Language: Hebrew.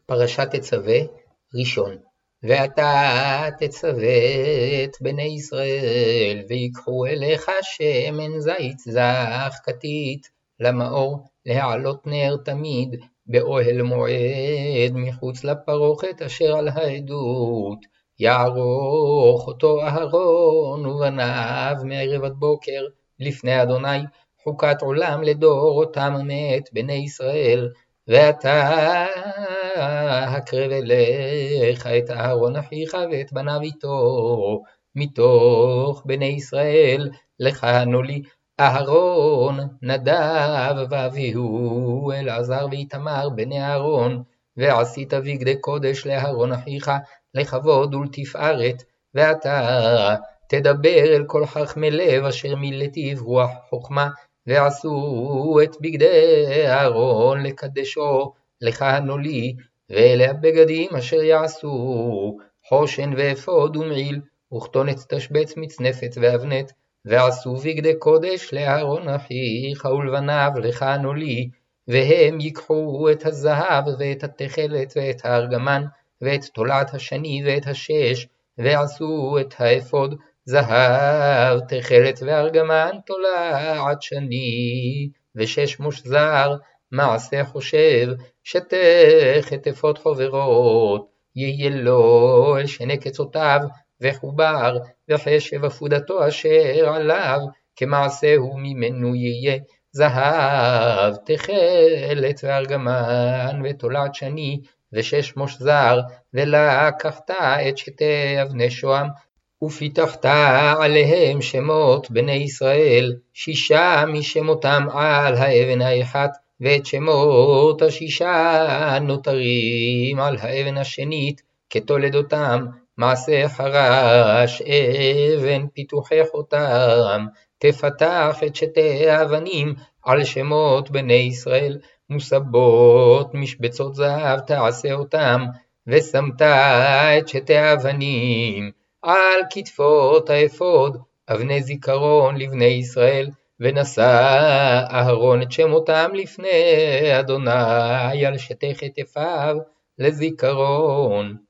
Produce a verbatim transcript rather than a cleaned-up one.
פרשת תצווה ראשון. ואתה תצווה את בני ישראל, ויקחו אליך שמן זית זך כתית למאור, להעלות נר תמיד באוהל מועד מחוץ לפרוכת אשר על העדות. יערוך אותו אהרון ובניו מערב עד בוקר לפני אדוני, חוקת עולם לדורותם מאת בני ישראל. ואתה הקרב אליך את אהרון אחיך ואת בניו איתו מתוך בני ישראל, לכהנו לי אהרון, נדב ואביהו, אלעזר ואיתמר בני אהרון. ועשית בגדי קודש לאהרון אחיך לכבוד ולתפארת. ואתה תדבר אל כל חכמי לב אשר מילאתיו רוח חוכמה, ועשו את בגדי אהרון לקדשו, לכהנו לי. ואלה הבגדים אשר יעשו: חושן ואפוד ומעיל וכתונת תשבץ מצנפת ואבנת. ועשו בגדי קודש לאהרון אחיך ולבניו, לכהנו לי. והם ייקחו את הזהב ואת התכלת ואת הארגמן ואת תולעת השני ואת השש, ועשו את האפוד זהב, תכלת וארגמן, תולעת שני ושש מושזר, מעשה חושב, שתכת אפוד חברות, יהיה לו אל שני קצותיו וחובר, וחשב אפודתו אשר עליו, כמעשהו ממנו יהיה זהב, תכלת וארגמן ותולעת שני ושש מושזר. ולקחת את שתי אבני שוהם ופיתחת עליהם שמות בני ישראל, שישה משמותם על האבן האחת, ואת שמות השישה נותרים על האבן השנית כתולדותם, מעשה חרש אבן פיתוחך אותם. תפתח את שתי האבנים על שמות בני ישראל, מוסבות משבצות זהב תעשה אותם. ושמת את שתי האבנים על כתפות האפוד, אבני זיכרון לבני ישראל. ונשא אהרון את שמותם לפני אדוני על שתי כתפיו לזיכרון.